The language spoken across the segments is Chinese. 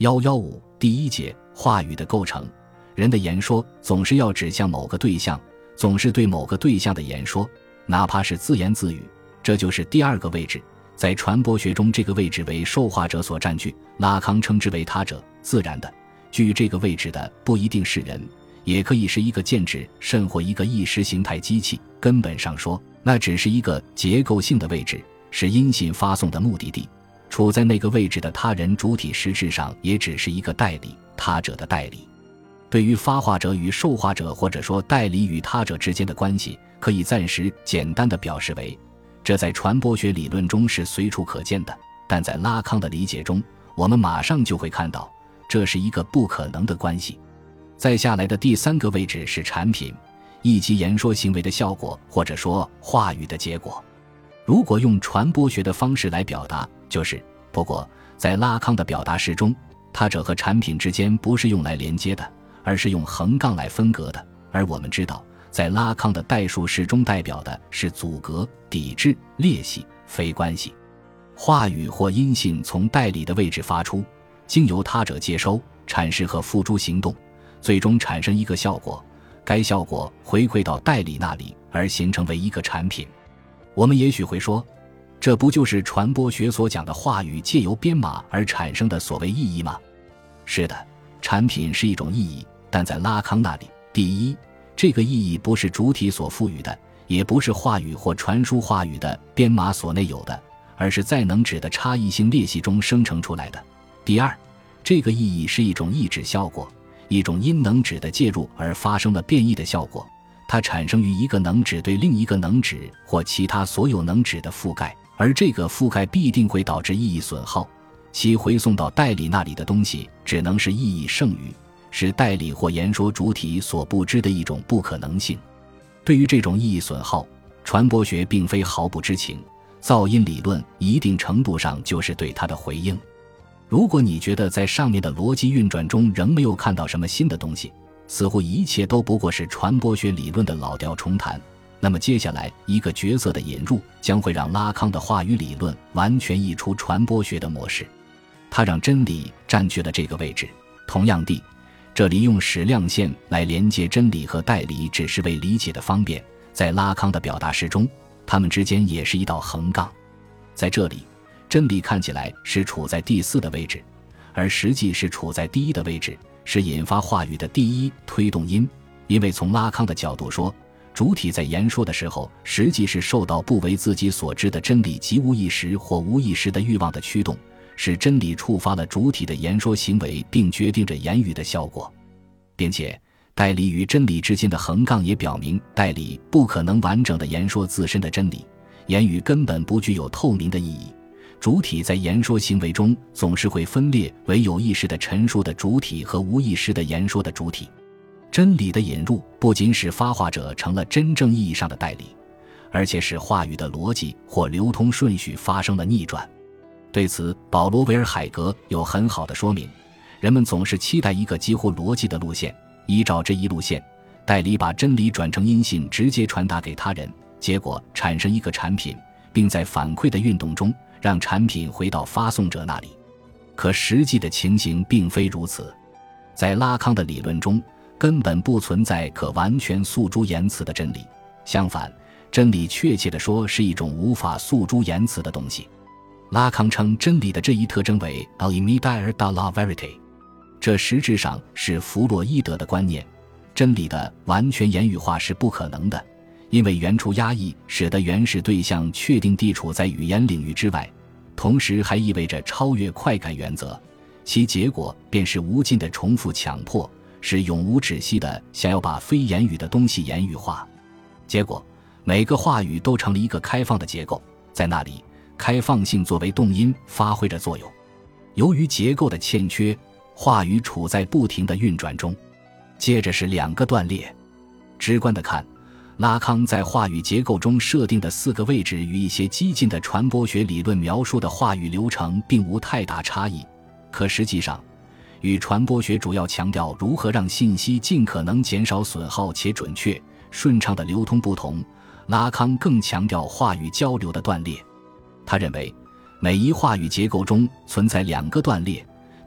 115第一节话语的构成。人的言说总是要指向某个对象，总是对某个对象的言说，哪怕是自言自语，这就是第二个位置。在传播学中，这个位置为受话者所占据，拉康称之为他者，自然的。居这个位置的不一定是人，也可以是一个建制甚或一个意识形态机器，根本上说，那只是一个结构性的位置，是音信发送的目的地。处在那个位置的他人主体实质上也只是一个代理，他者的代理。对于发话者与受话者或者说代理与他者之间的关系，可以暂时简单地表示为，这在传播学理论中是随处可见的，但在拉康的理解中，我们马上就会看到这是一个不可能的关系。再下来的第三个位置是产品，以及言说行为的效果，或者说话语的结果。如果用传播学的方式来表达，就是不过在拉康的表达式中，他者和产品之间不是用来连接的，而是用横杠来分隔的。而我们知道，在拉康的代数式中代表的是阻隔、抵制、裂隙，非关系。话语或音信从代理的位置发出，经由他者接收、阐释和付诸行动，最终产生一个效果，该效果回馈到代理那里，而形成为一个产品。我们也许会说，这不就是传播学所讲的话语借由编码而产生的所谓意义吗？是的，产品是一种意义，但在拉康那里，第一，这个意义不是主体所赋予的，也不是话语或传输话语的编码所内有的，而是在能指的差异性裂隙中生成出来的。第二，这个意义是一种抑制效果，一种因能指的介入而发生了变异的效果，它产生于一个能指对另一个能指或其他所有能指的覆盖，而这个覆盖必定会导致意义损耗，其回送到代理那里的东西只能是意义剩余，是代理或言说主体所不知的一种不可能性。对于这种意义损耗，传播学并非毫不知情，噪音理论一定程度上就是对它的回应。如果你觉得在上面的逻辑运转中仍没有看到什么新的东西，似乎一切都不过是传播学理论的老调重弹，那么接下来一个角色的引入将会让拉康的话语理论完全溢出传播学的模式。它让真理占据了这个位置。同样地，这里用矢量线来连接真理和代理只是为理解的方便，在拉康的表达式中，它们之间也是一道横杠。在这里，真理看起来是处在第四的位置，而实际是处在第一的位置，是引发话语的第一推动因。因为从拉康的角度说，主体在言说的时候，实际是受到不为自己所知的真理及无意识或无意识的欲望的驱动，是真理触发了主体的言说行为，并决定着言语的效果。并且代理与真理之间的横杠也表明，代理不可能完整的言说自身的真理，言语根本不具有透明的意义。主体在言说行为中总是会分裂为有意识的陈述的主体和无意识的言说的主体。真理的引入不仅使发话者成了真正意义上的代理，而且使话语的逻辑或流通顺序发生了逆转。对此，保罗·维尔海格有很好的说明。人们总是期待一个几乎逻辑的路线，依照这一路线，代理把真理转成音信直接传达给他人，结果产生一个产品，并在反馈的运动中让产品回到发送者那里。可实际的情形并非如此。在拉康的理论中，根本不存在可完全诉诸言辞的真理，相反，真理确切地说是一种无法诉诸言辞的东西。拉康称真理的这一特征为 al-immediare dalla verite， 这实质上是弗洛伊德的观念，真理的完全言语化是不可能的，因为原初压抑使得原始对象确定地处在语言领域之外，同时还意味着超越快感原则，其结果便是无尽的重复强迫，是永无止息的想要把非言语的东西言语化。结果每个话语都成了一个开放的结构，在那里开放性作为动因发挥着作用。由于结构的欠缺，话语处在不停的运转中。接着是两个断裂。直观地看，拉康在话语结构中设定的四个位置与一些激进的传播学理论描述的话语流程并无太大差异，可实际上与传播学主要强调如何让信息尽可能减少损耗且准确顺畅的流通不同，拉康更强调话语交流的断裂。他认为每一话语结构中存在两个断裂，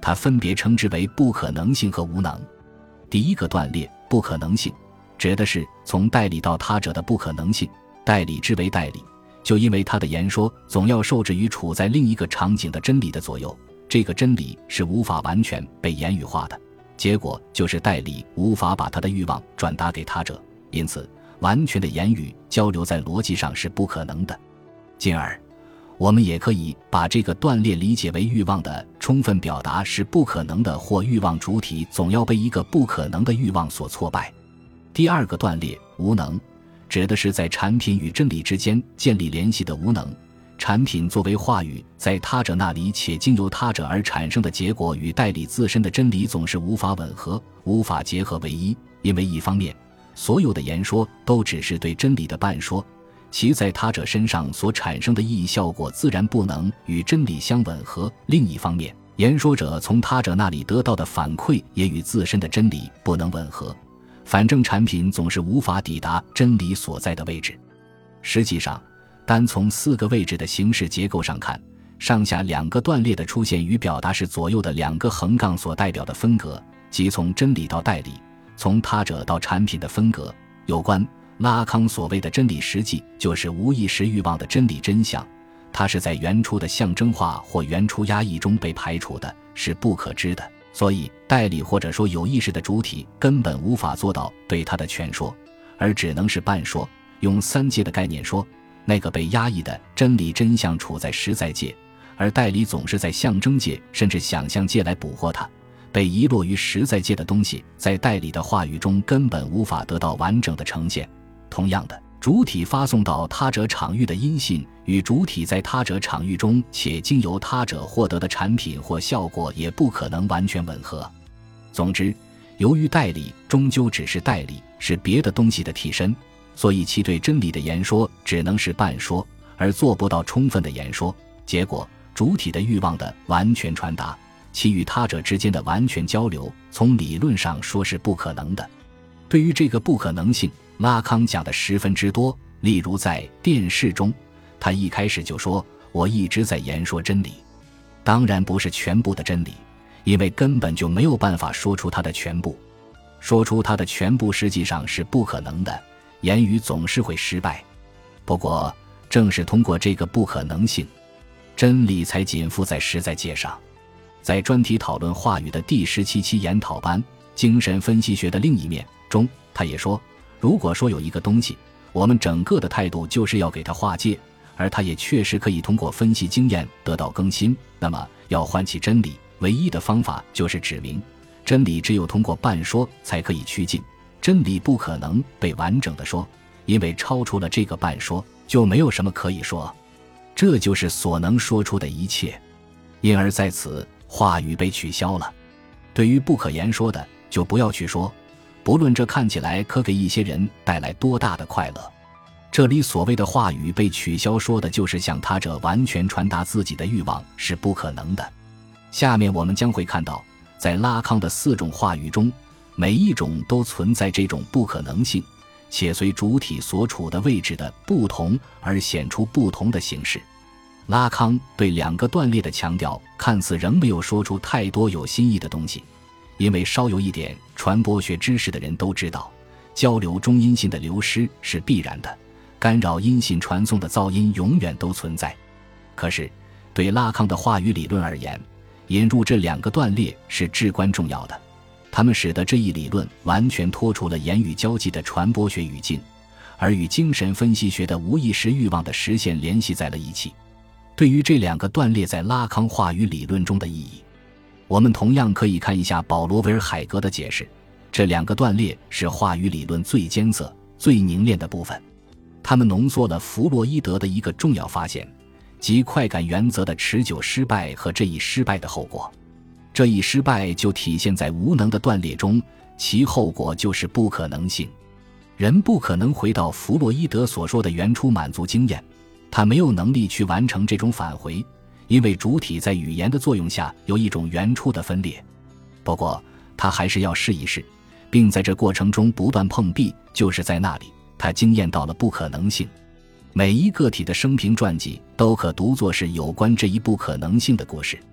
他分别称之为不可能性和无能。第一个断裂，不可能性，指的是从代理到他者的不可能性，代理之为代理，就因为他的言说总要受制于处在另一个场景的真理的左右，这个真理是无法完全被言语化的，结果就是代理无法把他的欲望转达给他者，因此完全的言语交流在逻辑上是不可能的。进而我们也可以把这个断裂理解为欲望的充分表达是不可能的，或欲望主体总要被一个不可能的欲望所挫败。第二个断裂，无能，指的是在产品与真理之间建立联系的无能。产品作为话语在他者那里且经由他者而产生的结果与代理自身的真理总是无法吻合，无法结合为一，因为一方面所有的言说都只是对真理的半说，其在他者身上所产生的意义效果自然不能与真理相吻合，另一方面言说者从他者那里得到的反馈也与自身的真理不能吻合，反正产品总是无法抵达真理所在的位置。实际上单从4个位置的形式结构上看，上下2个断裂的出现与表达式左右的2个横杠所代表的分隔，即从真理到代理，从他者到产品的分隔，有关拉康所谓的真理实际就是无意识欲望的真理真相，它是在原初的象征化或原初压抑中被排除的，是不可知的，所以代理或者说有意识的主体根本无法做到对它的全说，而只能是半说。用3界的概念说，那个被压抑的真理真相处在实在界，而代理总是在象征界甚至想象界来捕获它，被遗落于实在界的东西在代理的话语中根本无法得到完整的呈现。同样的，主体发送到他者场域的音信与主体在他者场域中且经由他者获得的产品或效果也不可能完全吻合。总之，由于代理终究只是代理，是别的东西的替身，所以其对真理的言说只能是半说，而做不到充分的言说，结果主体的欲望的完全传达，其与他者之间的完全交流，从理论上说是不可能的。对于这个不可能性，拉康讲的十分之多，例如在电视中，他一开始就说，我一直在言说真理，当然不是全部的真理，因为根本就没有办法说出它的全部，说出它的全部实际上是不可能的，言语总是会失败。不过正是通过这个不可能性，真理才仅附在实在界上。在专题讨论话语的第17期研讨班精神分析学的另一面中，他也说，如果说有一个东西，我们整个的态度就是要给它划界，而它也确实可以通过分析经验得到更新，那么要唤起真理，唯一的方法就是指明真理只有通过半说才可以趋近，真理不可能被完整的说，因为超出了这个半说就没有什么可以说，这就是所能说出的一切。因而在此话语被取消了，对于不可言说的就不要去说，不论这看起来可给一些人带来多大的快乐。这里所谓的话语被取消，说的就是向他者完全传达自己的欲望是不可能的。下面我们将会看到，在拉康的4种话语中，每一种都存在这种不可能性，且随主体所处的位置的不同而显出不同的形式。拉康对2个断裂的强调看似仍没有说出太多有新意的东西，因为稍有一点传播学知识的人都知道，交流中音信的流失是必然的，干扰音信传送的噪音永远都存在。可是对拉康的话语理论而言，引入这2个断裂是至关重要的，它们使得这一理论完全脱除了言语交际的传播学语境，而与精神分析学的无意识欲望的实现联系在了一起。对于这2个断裂在拉康话语理论中的意义，我们同样可以看一下保罗·维尔海格的解释。这2个断裂是话语理论最艰涩、最凝练的部分，它们浓缩了弗洛伊德的一个重要发现，即快感原则的持久失败和这一失败的后果。这一失败就体现在无能的断裂中，其后果就是不可能性。人不可能回到弗洛伊德所说的原初满足经验，他没有能力去完成这种返回，因为主体在语言的作用下有一种原初的分裂。不过他还是要试一试，并在这过程中不断碰壁，就是在那里他经验到了不可能性。每一个体的生平传记都可读作是有关这一不可能性的故事。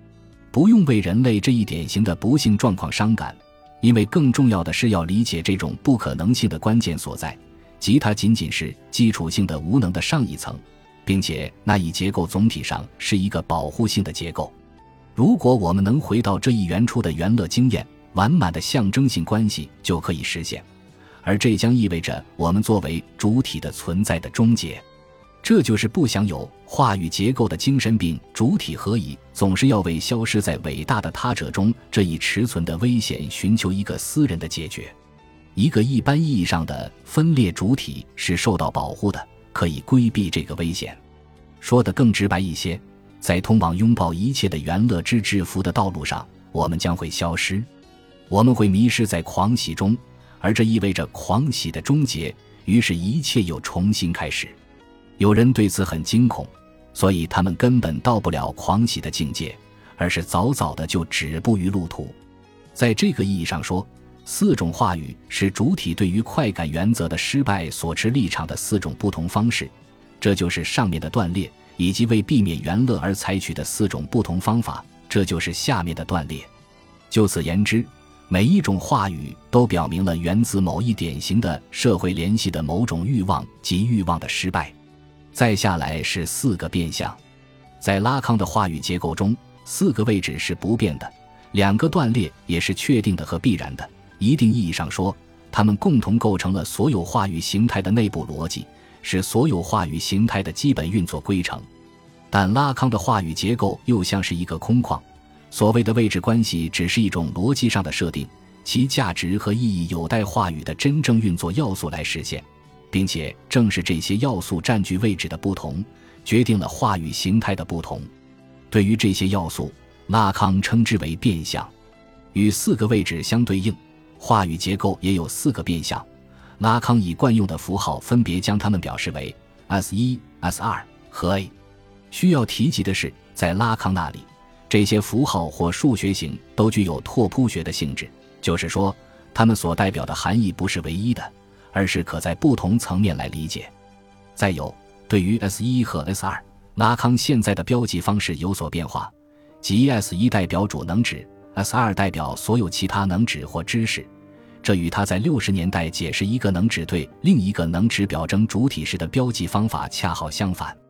不用为人类这一典型的不幸状况伤感，因为更重要的是要理解这种不可能性的关键所在，即它仅仅是基础性的无能的上一层，并且那一结构总体上是一个保护性的结构。如果我们能回到这一原初的原乐经验，完满的象征性关系就可以实现，而这将意味着我们作为主体的存在的终结。这就是不享有话语结构的精神病主体何以总是要为消失在伟大的他者中这一持存的危险寻求一个私人的解决。一个一般意义上的分裂主体是受到保护的，可以规避这个危险。说得更直白一些，在通往拥抱一切的原乐之至福的道路上，我们将会消失，我们会迷失在狂喜中，而这意味着狂喜的终结，于是一切又重新开始。有人对此很惊恐，所以他们根本到不了狂喜的境界，而是早早的就止步于路途。在这个意义上说，4种话语是主体对于快感原则的失败所持立场的4种不同方式，这就是上面的断裂，以及为避免原乐而采取的4种不同方法，这就是下面的断裂。就此言之，每一种话语都表明了源自某一典型的社会联系的某种欲望及欲望的失败。再下来是4个变相。在拉康的话语结构中，4个位置是不变的，2个断裂也是确定的和必然的。一定意义上说，它们共同构成了所有话语形态的内部逻辑，是所有话语形态的基本运作规程。但拉康的话语结构又像是一个空旷，所谓的位置关系只是一种逻辑上的设定，其价值和意义有待话语的真正运作要素来实现，并且正是这些要素占据位置的不同，决定了话语形态的不同。对于这些要素，拉康称之为变相。与4个位置相对应，话语结构也有4个变相。拉康以惯用的符号分别将它们表示为 S1、S2 和 A。 需要提及的是，在拉康那里，这些符号或数学型都具有拓扑学的性质，就是说它们所代表的含义不是唯一的，而是可在不同层面来理解。再有，对于 S1 和 S2， 拉康现在的标记方式有所变化，即 S1 代表主能指， S2 代表所有其他能指或知识。这与他在60年代解释一个能指对另一个能指表征主体时的标记方法恰好相反。